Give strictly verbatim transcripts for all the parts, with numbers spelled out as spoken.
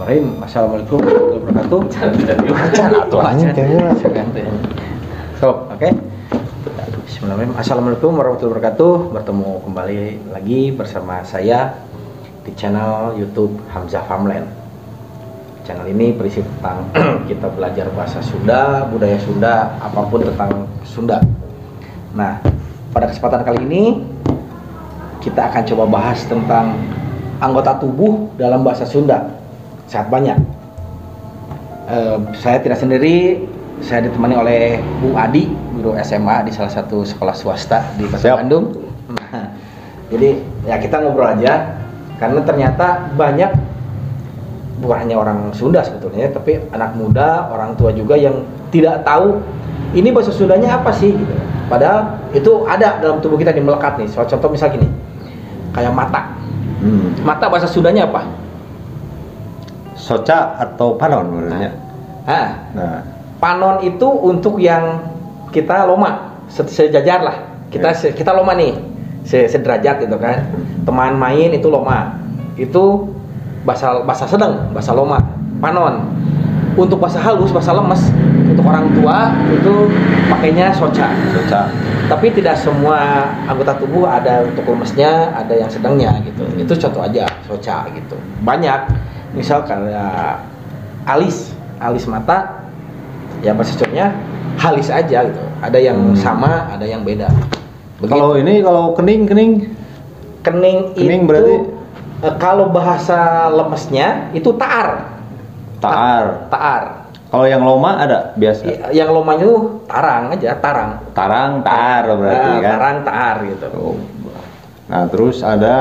Bismillahirrahmanirrahim. Assalamualaikum warahmatullahi wabarakatuh. Acan atuh anjing teh. So, oke. Bismillahirrahmanirrahim. Assalamualaikum warahmatullahi wabarakatuh. Bertemu kembali lagi bersama saya di channel YouTube Hamzah Farmland. Channel ini berisi tentang kita belajar bahasa Sunda, budaya Sunda, apapun tentang Sunda. Nah, pada kesempatan kali ini kita akan coba bahas tentang anggota tubuh dalam bahasa Sunda. Sangat banyak. Uh, saya tidak sendiri, saya ditemani oleh Bung Adi, guru S M A di salah satu sekolah swasta di Kota Bandung. Nah, jadi ya kita ngobrol aja, karena ternyata banyak, bukan hanya orang Sunda sebetulnya, tapi anak muda, orang tua juga yang tidak tahu ini bahasa Sundanya apa sih gitu. Padahal itu ada dalam tubuh kita, dimelekat nih. Soal contoh misal gini, kayak mata. Hmm. Mata bahasa Sundanya apa? Soca atau panon menurutnya. Nah, nah, panon itu untuk yang kita loma, sejajar lah. Kita yeah. kita loma nih, sederajat gitu kan. Teman main itu loma. Itu bahasa bahasa sedang, bahasa loma. Panon. Untuk bahasa halus, bahasa lemes, untuk orang tua itu pakainya soca. Soca. Tapi tidak semua anggota tubuh ada untuk lemesnya, ada yang sedangnya gitu. Itu contoh aja soca gitu. Banyak. Misal kayak alis, alis mata, ya bahasa Sundanya halis aja gitu. Ada yang hmm. sama, ada yang beda. Begitu. Kalau ini kalau kening, kening, kening, kening itu berarti e, kalau bahasa lemesnya itu taar. Taar. Taar. Kalau yang loma ada biasa. Yang lomanya itu tarang aja, tarang. Tarang, taar berarti nah, kan. Tarang, taar gitu. Oh. Nah, terus ada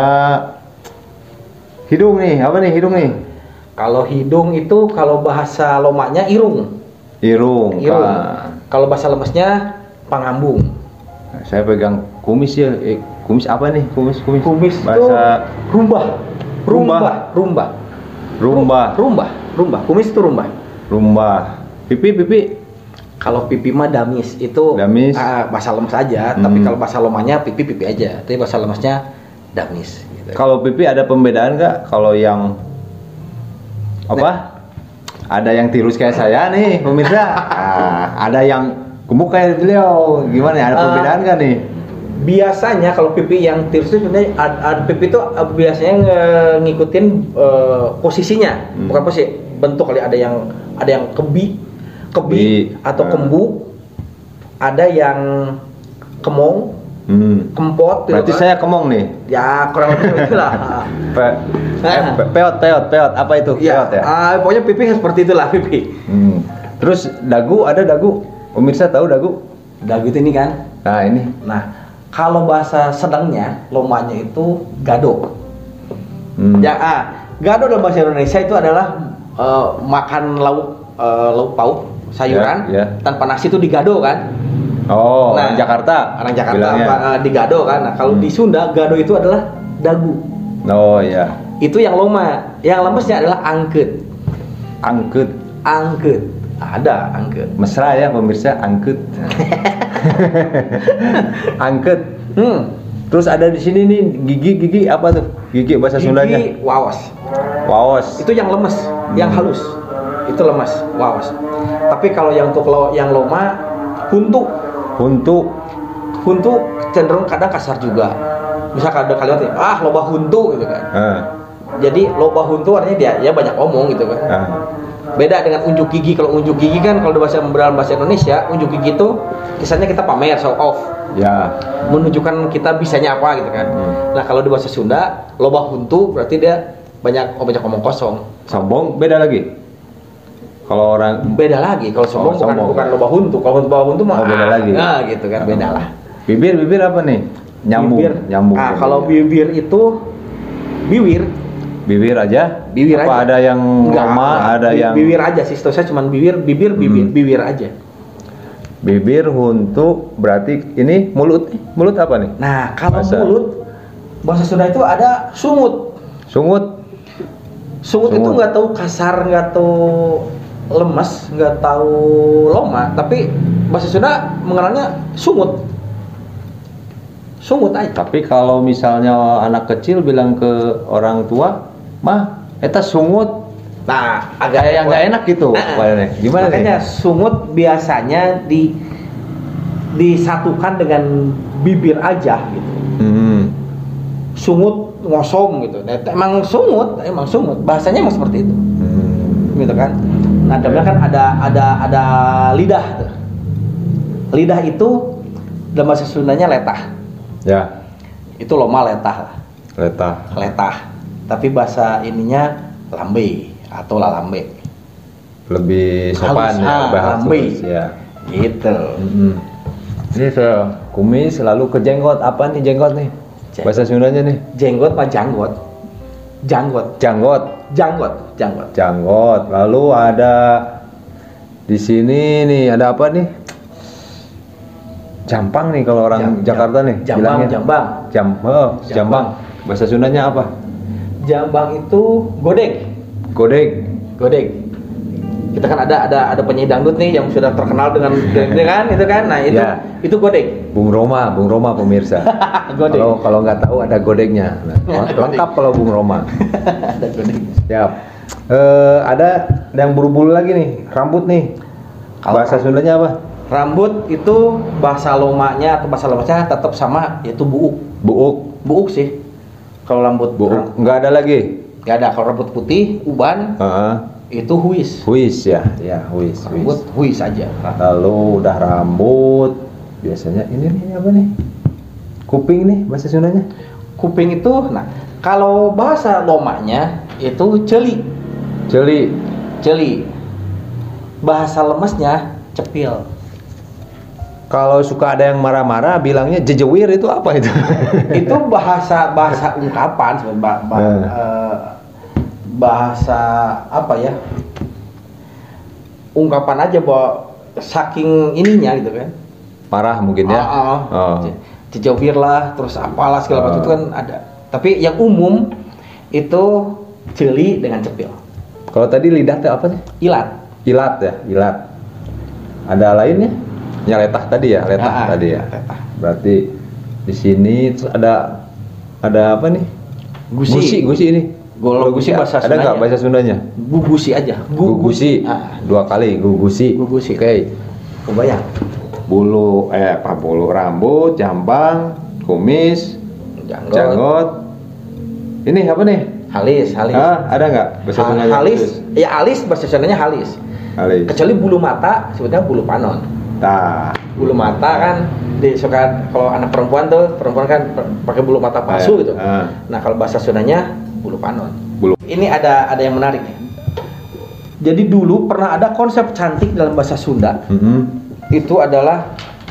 hidung nih, apa nih hidung nih? Kalau hidung itu kalau bahasa lomanya irung. Irung. Irung. Kalau bahasa lemesnya pangambung. Nah, saya pegang kumis ya. Eh, kumis apa nih? Kumis kumis. Kumis bahasa itu rumbah. Rumbah. Rumbah. Rumbah. Rumbah. Rumbah. Kumis itu rumbah. Rumbah. Pipi pipi. Kalau pipi mah damis, itu damis. Uh, bahasa lemes aja, hmm. tapi kalau bahasa lomanya pipi pipi aja. Tapi bahasa lemesnya damis gitu. Kalau pipi ada pembedaan nggak? Kalau yang apa? Nah. Ada yang tirus kayak saya nih, pemirsa. Nah, ada yang gemuk kayak beliau. Gimana ya? Ada perbedaan nggak uh, nih? Biasanya kalau pipi yang tirus itu sebenarnya ada pipi itu biasanya ngikutin uh, posisinya, hmm. bukan posisi, bentuk kali. Ada yang ada yang kebi, kebi, kebi. atau uh. kembu. Ada yang kemong. Hmm. Kempot. Berarti gitu kan? Saya kemong nih. Ya kurang lebih itulah. Pe, eh, peot, peot, peot. Apa itu? Ya, peot ya. Uh, pokoknya pipi seperti itulah pipi. Hmm. Terus dagu, ada dagu. Pemirsa tahu dagu? Dagu itu ini kan. Nah ini. Nah kalau bahasa sedangnya, lomanya itu gado. Hmm. Ya, ah, gado dalam bahasa Indonesia itu adalah uh, makan lauk, uh, lauk pauk, sayuran yeah, yeah. tanpa nasi itu digado kan. Oh, nah, orang Jakarta. Orang Jakarta apa, uh, di gado kan. Nah, kalau hmm. di Sunda gado itu adalah dagu. Oh iya. Itu yang loma. Yang lemesnya adalah angkeut. Angkeut. Angkeut. Ada angkeut. Mesra ya pemirsa, angkeut. Angkeut. Hmm. Terus ada di sini nih gigi, gigi apa tuh? Gigi bahasa gigi, Sundanya. Gigi waos. Waos. Itu yang lemes, hmm. yang halus. Itu lemes, waos. Tapi kalau yang untuk lo, yang loma, huntu. Huntu, huntu cenderung kadang kasar juga. Misal ada kalimat ah loba huntu gitu kan. Uh. Jadi loba huntu artinya dia ya banyak omong gitu kan. Uh. Beda dengan unjuk gigi. Kalau unjuk gigi kan kalau bahasa dalam bahasa Indonesia unjuk gigi itu kesannya kita pamer, show off. Ya. Menunjukkan kita bisanya apa gitu kan. Hmm. Nah kalau di bahasa Sunda loba huntu berarti dia banyak oh, banyak omong kosong. Sombong beda lagi. Kalau orang beda lagi, kalau sombong, oh, sombong bukan loba huntu, kalau loba huntu mah oh, beda ah, lagi. Nah, gitu kan, beda lah. Bibir, bibir apa nih? Nyambung, bibir. nyambung. Ah, kalau bibir itu bibir. Bibir aja? Bibir apa aja. Ada yang lama, ada bi- yang bibir aja sih. Setahu saya cuma bibir, bibir, bibir, hmm. bibir aja. Bibir, huntu, berarti ini mulut. Mulut apa nih? Nah, kalau bahasa. mulut bahasa Sunda itu ada sungut. Sungut. Sungut, sungut. itu nggak tahu kasar, nggak tahu lemes, nggak tahu loma, tapi bahasa Sunda mengenalnya sungut. Sungut aja. Tapi kalau misalnya anak kecil bilang ke orang tua, "Mah, eta sungut." Nah, agak Kayak yang nggak enak gitu. Nah, Kayaknya. Gimana makanya nih? sungut biasanya di disatukan dengan bibir aja gitu. Hmm. Sungut ngosom gitu. Nah, emang sungut, emang sungut. Bahasanya emang seperti itu. Hmm. Gitu kan. Nah, dalamnya kan ada ada ada lidah tuh. Lidah itu dalam bahasa Sundanya letah. Ya. Itu loma letah lah. Letah. Letah. Tapi bahasa ininya lambe atau lalambe. Lebih sopan Halus, ya, ah, bahasa lambe. ya. Gitu. Mm-hmm. Ini saya kumis lalu ke jenggot. Apa nih jenggot nih? Jenggot. Bahasa Sundanya nih. Jenggot mah janggot. Janggot. Janggot. Janggot, janggot. Janggot. Lalu ada di sini nih ada apa nih? Jampang nih kalau orang Jam- Jakarta jam- nih. Jambang, bilangnya. jambang. Jam, oh, Jambang. jambang. Bahasa Sundanya apa? Jambang itu godeg. Godeg. Godeg. Kita kan ada ada ada penyanyi dangdut nih yang sudah terkenal dengan dengan itu kan. Nah, itu Ya. itu godeg. Bung Roma, Bung Roma pemirsa. Godeg. Kalau kalau nggak tahu ada godegnya. Nah, lengkap kalau Bung Roma. Ada godeg. Siap. Eh, ada yang buru-buru lagi nih, rambut nih. Kalau Bahasa rambut- Sundanya apa? Rambut itu bahasa lomanya atau bahasa lemesnya tetap sama, yaitu buuk. Buuk. Buuk sih. Kalau rambut Buuk. Nggak ada lagi. nggak ada. Kalau rambut putih, uban Heeh. itu huis. Huis ya, ya huis. Rambut huis. huis aja. Lalu udah rambut, biasanya ini nih apa nih? Kuping nih bahasa Sundanya. Kuping itu, nah kalau bahasa lomanya itu celi, Celi. celi. Bahasa lemesnya cepil. Kalau suka ada yang marah-marah, bilangnya jejewir itu apa itu? Itu bahasa bahasa ungkapan, bah- bah- Nah. eh, bahasa apa ya? Ungkapan aja bahwa saking ininya gitu kan. Marah mungkin ya. Ah, ah. Oh. Jejawir lah, terus apalah segala macam Oh. itu kan ada. Tapi yang umum itu celi dengan cepil. Kalau tadi lidah itu apa sih? Ilat. Ilat ya, ilat. Ada lainnya? Ya letah tadi ya, letah Ah, ah, tadi ya. letah. Berarti di sini terus ada ada apa nih? Gusi. Gusi, gusi ini. Kalau gusi bahasa ada nggak Sundanya? bahasa Sundanya? Gugusi aja. Gugusi. Ah, Dua kali gugusi. Gugusi. Oke. kebayang. Bulu eh apa bulu rambut, jambang, kumis, Janggot. janggot. Ini apa nih? Halis, halis. Ah, ada nggak bahasa Ha- Sundanya? halis, ya alis bahasa Sundanya halis. Halis. Kecuali bulu mata sebetulnya bulu panon. Nah, Bulu mata kan di suka kalau anak perempuan tuh perempuan kan per- pakai bulu mata palsu Eh, gitu. ah. Nah kalau bahasa Sundanya bulu panon. Bulu. Ini ada ada yang menarik nih. Jadi dulu pernah ada konsep cantik dalam bahasa Sunda. Mhm. Itu adalah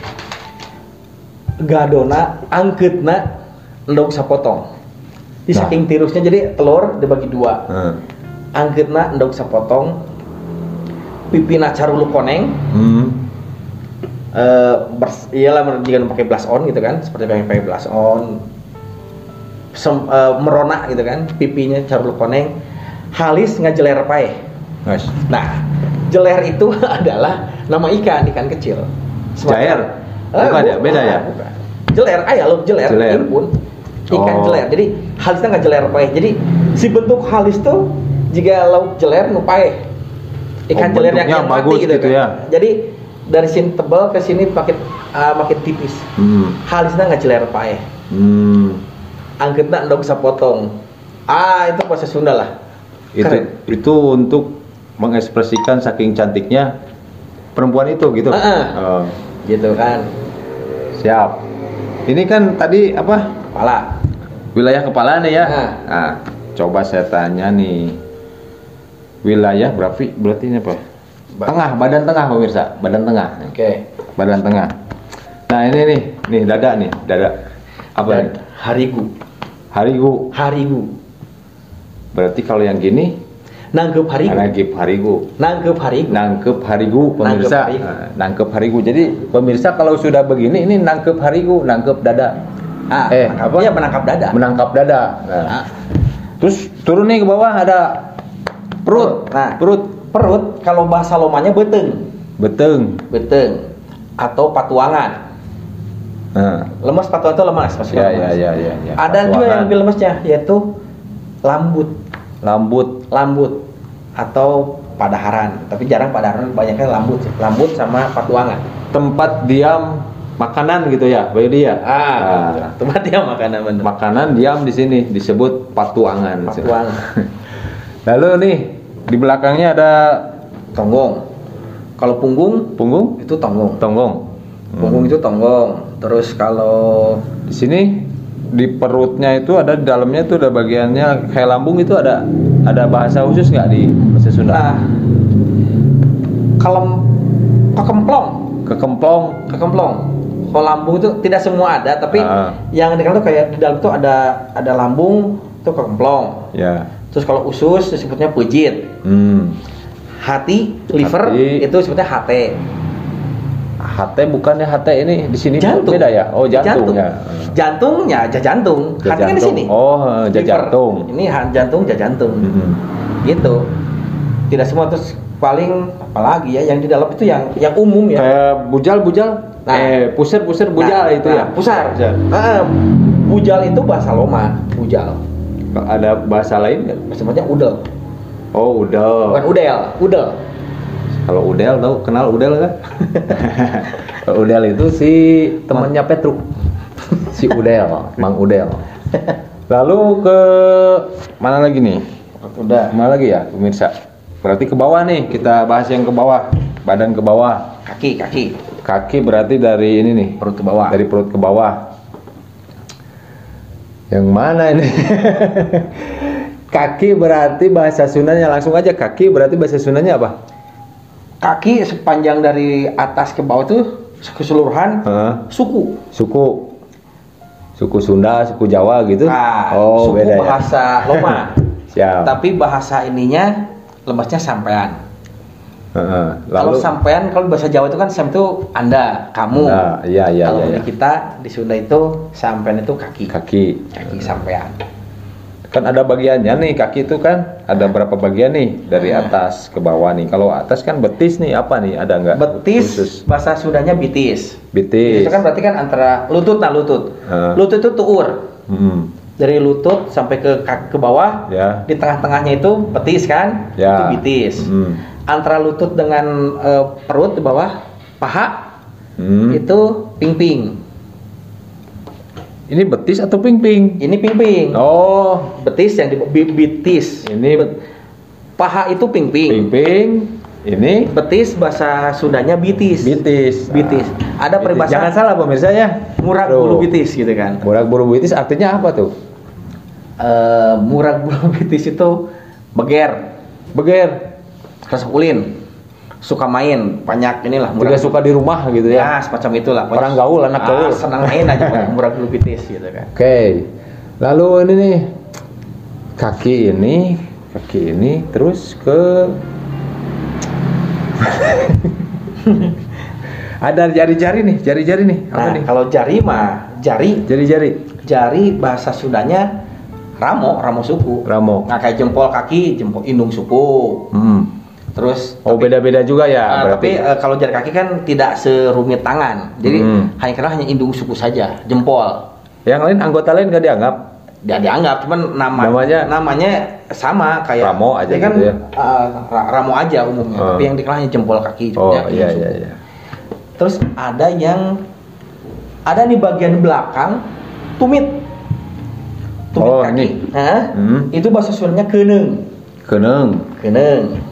gadona angketna endog sapotong. Di Nah. saking tirusnya jadi telur dibagi dua. Nah. Angketna endog sapotong. Pipina carulu koneng. Hmm. Eh bers- iyalah jika pakai blush on gitu kan, seperti pakai pakai blush on. Sem- eh, merona gitu kan, pipinya carulu koneng. Halis ngajeler pae. Guys. Nah, jeler itu adalah nama ikan, ikan kecil. Jair? Eh, Bukan ya? Beda ya? bukan. Jeler, ayah lo jeler, Jeler. impun. Ikan Oh. jeler. Jadi halisnya nggak jeler pae. Jadi si bentuk halis tuh jika lauk jeler nu pae. Ikan Oh, jeler yang, bentuknya yang mati bagus gitu, gitu kan. ya. Jadi dari sini tebal ke sini makin uh, makin tipis. Hmm. Halisnya nggak jeler pae. Hmm. Angketna endog sapotong. Ah, itu bahasa Sunda lah. Itu Keren. itu untuk mengekspresikan saking cantiknya perempuan itu gitu. Heeh. Oh, Gitu kan. siap. Ini kan tadi apa? Kepala. Wilayah kepala nih ya. Nah. Nah, coba saya tanya nih. Wilayah berarti berarti ini apa? Ba- Tengah, badan tengah pemirsa, badan tengah. Oke. Badan tengah. Nah, ini nih, nih dada nih, dada. Apa? Dan harigu. Harigu. Harigu. Berarti kalau yang gini Nangkep harigu. nangkep harigu. Nangkep harigu. Nangkep harigu pemirsa. Nangkep harigu. Nah, nangkep harigu. Jadi pemirsa kalau sudah begini ini nangkep harigu, nangkep dada. Ah, Eh, menangkap, apa? iya, menangkap dada. Menangkap dada. Nah. Nah, Terus turun nih ke bawah ada perut. Nah, Perut. perut kalau bahasa lomanya beteng. Beteng. Beteng atau patuangan. Nah. Lemas patuangan itu lemas maksudnya. Ya, ya, lemas. ya, ya, ya. Ada juga Patuangan. yang lebih lemesnya yaitu lambut. Lambut. Lambut. atau padaharan, tapi jarang padaharan, banyaknya lambut, lambut sama patuangan. Tempat diam makanan gitu ya, Bayu dia. Ah, nah, tempat diam makanan bener. Makanan diam di sini disebut patuangan. Patuangan. Lalu nih di belakangnya ada Tonggong. Kalau punggung, punggung itu tonggong. Tonggong. Punggung itu tonggong. Terus kalau di sini di perutnya itu ada, di dalamnya itu ada bagiannya kayak lambung, itu ada ada bahasa khusus nggak di bahasa Sunda? Nah, kalau kekemplong, Kekemplong. kekemplong. Kalau lambung itu tidak semua ada, tapi Ah. yang dikenal tuh kayak di dalam tuh ada ada lambung itu kekemplong. Ya. Terus kalau usus disebutnya pejit. Hmm. Hati, liver Hati. itu sebutnya hate. H T bukannya H T ini di sini Jantung. beda ya? Oh, jantung, Jantung. ya. Jantungnya jah jantung. Jah Hati kan di jantung. sini. Oh, jah Liver. jantung. Ini ha- jantung, jah jantung. Mm-mm. Gitu. Tidak semua, terus paling apalagi ya yang di dalam itu yang yang umum ya. Kayak bujal-bujal. Nah. eh, pusar-pusar bujal Nah, itu nah, ya. Pusar. Pusar. Ah, bujal itu bahasa Loma, bujal. Ada bahasa lain nggak? Sebutnya udel. Oh, udel. Bukan udel, udel. Kalau udel tahu, kenal udel kan? Kalau udel itu si temannya Petruk. Si Udel, Mang Udel. Lalu ke mana lagi nih? Udah. Mana lagi ya, pemirsa? Berarti ke bawah nih, kita bahas yang ke bawah. Badan ke bawah. Kaki, kaki. Kaki berarti dari ini nih, Perut ke bawah. dari perut ke bawah. Yang mana ini? Kaki berarti bahasa Sundanya, langsung aja kaki berarti bahasa Sundanya apa? Kaki sepanjang dari atas ke bawah tuh keseluruhan Hah? suku. Suku. Suku Sunda, suku Jawa gitu. Nah, oh, suku beda bahasa ya. Loma. Siap. Tapi bahasa ininya lebasnya sampean. Heeh. Kalau Lalu sampean, kalau bahasa Jawa itu kan sam itu Anda, kamu. Nah, iya iya Kalau iya. di iya. kita di Sunda itu sampean itu kaki. Kaki. Kaki sampean. Kan ada bagiannya nih, kaki itu kan ada berapa bagian nih dari Nah. atas ke bawah nih. Kalau atas kan betis nih, apa nih? Ada nggak? Betis, Khusus. bahasa Sundanya bitis. Betis. Itu kan berarti kan antara lutut, nah lutut. Heeh. Lutut itu tuur. Hmm. Dari lutut sampai ke kaki ke bawah. Ya. Di tengah-tengahnya itu betis kan? Ya. Itu bitis. Hmm. Antara lutut dengan eh, perut di bawah paha Hmm. itu ping-ping. Ini betis atau ping-ping? Ini ping-ping. Oh, Betis yang di bi- bitis. ini Paha itu ping-ping. ping-ping. Ini Betis bahasa Sundanya bitis. bitis. Bitis. Nah, Ada bitis. peribahasa Jangan salah pemirsa ya. murag Tuh. bulu bitis gitu kan. Murag bulu bitis artinya apa tuh? Eh, murag bulu bitis itu beger, Beger. rasa ulin, suka main, banyak inilah murag. Tidak suka di rumah gitu ya. Ya, semacam itulah. Orang gaul, anak Ah, gaul. senang main aja pakai murag bulu bitis gitu kan. Oke. Lalu ini nih kaki ini, kaki ini terus ke ada jari-jari nih, jari-jari nih. Apa Nah, nih? kalau jari mah jari, Jari-jari. jari bahasa Sundanya ramo, ramo suku. Ramo. Nah, kayak jempol kaki, jempol indung suku. Hmm. Terus Oh, tapi- beda-beda juga ya Nah, berarti. tapi eh, kalau jari kaki kan tidak serumit tangan. Jadi Hmm. hanya karena hanya indung suku saja, jempol. Yang lain anggota lain nggak dianggap. Dia dianggap, cuman nama Namanya? namanya sama kayak Ramo aja dia kan, gitu ya? eh, ra- ramo aja umumnya, Hmm. tapi yang dikenal hanya jempol kaki. Oh, jempol iya suku. iya iya. Terus ada yang ada di bagian belakang tumit. Tumit Oh, kaki. ini. Hah? Hmm. Itu bahasa Sundanya keuneng. Keuneng. Keuneng.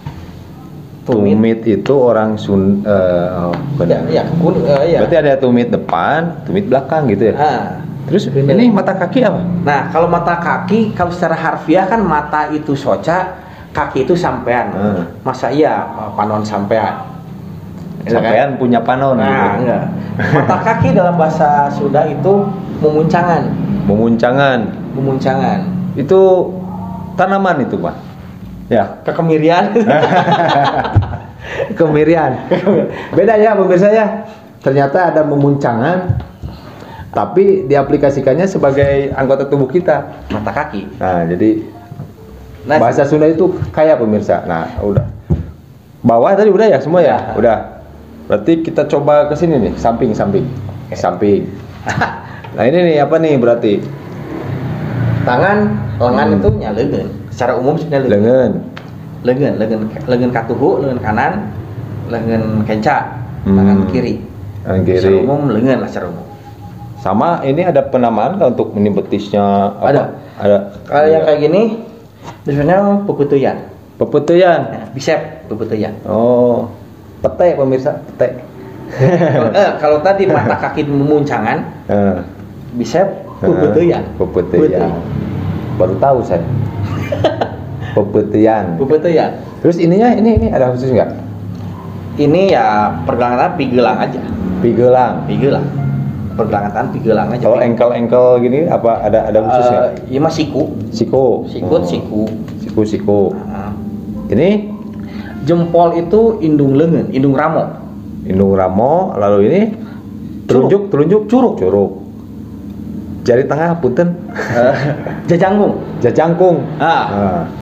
Tumit itu orang Sun eh, oh, Ya, benar. ya, kun, eh, ya. Berarti ada tumit depan, tumit belakang gitu ya. Ah. Terus Keuneng. ini mata kaki apa? Nah, kalau mata kaki, kalau secara harfiah kan mata itu soca, kaki itu sampean. Hmm. Masa iya panon sampean? Iya kan? Sampean punya panon. Nah, gitu. enggak. Mata kaki dalam bahasa Sunda itu memuncangan, Memuncangan. memuncangan. Itu tanaman itu, Pak. Ya. Kekemirian. Kemirian. Beda ya pemirsa ya. Ternyata ada memuncangan tapi diaplikasikannya sebagai anggota tubuh kita. Mata kaki. Nah, jadi Nah, bahasa Sunda itu kaya pemirsa. Nah, udah. Bawah tadi udah ya semua ya? Ya. Udah. Berarti kita coba ke sini nih, samping-samping. Samping. Nah, ini nih apa nih berarti? tangan, lengan Hmm. itu nyaleungeun. Secara umum sebenarnya leungeun. Lengan. Leungeun, leungeun leungeun katuhu, leungeun kanan, leungeun kenca, Hmm. tangan kiri. Tangan kiri. Secara umum leungeun lah secara umum. Sama ini ada penamaan nggak untuk ini betisnya? Apa? Ada. Ada. Kalau yang kayak gini, sebenarnya peputeuyan. Peputeuyan. Nah, bicep peputeuyan. Oh, pete pemirsa, pete. Kalau eh, kalau tadi mata kaki memuncangan, Eh, bicep peputeuyan. Peputeuyan. Baru tahu saya. Peputeuyan. Peputeuyan. Terus ininya ini ini ada khusus nggak? Ini ya pergelangan pigelang aja. Pigelang. Pigelang. Pergelangan tangan pigelang aja. Kalau engkel-engkel gini apa ada ada khusus nggak? Eh, iya mah siku. Siku. Sikut, Oh. siku. Siku siku. Nah, Ini jempol itu indung leungeun, indung ramo. indung ramo, lalu ini telunjuk, telunjuk, curug, curug. Jari tengah punten. Eh, jajanggung. Jajangkung. Ah, Nah,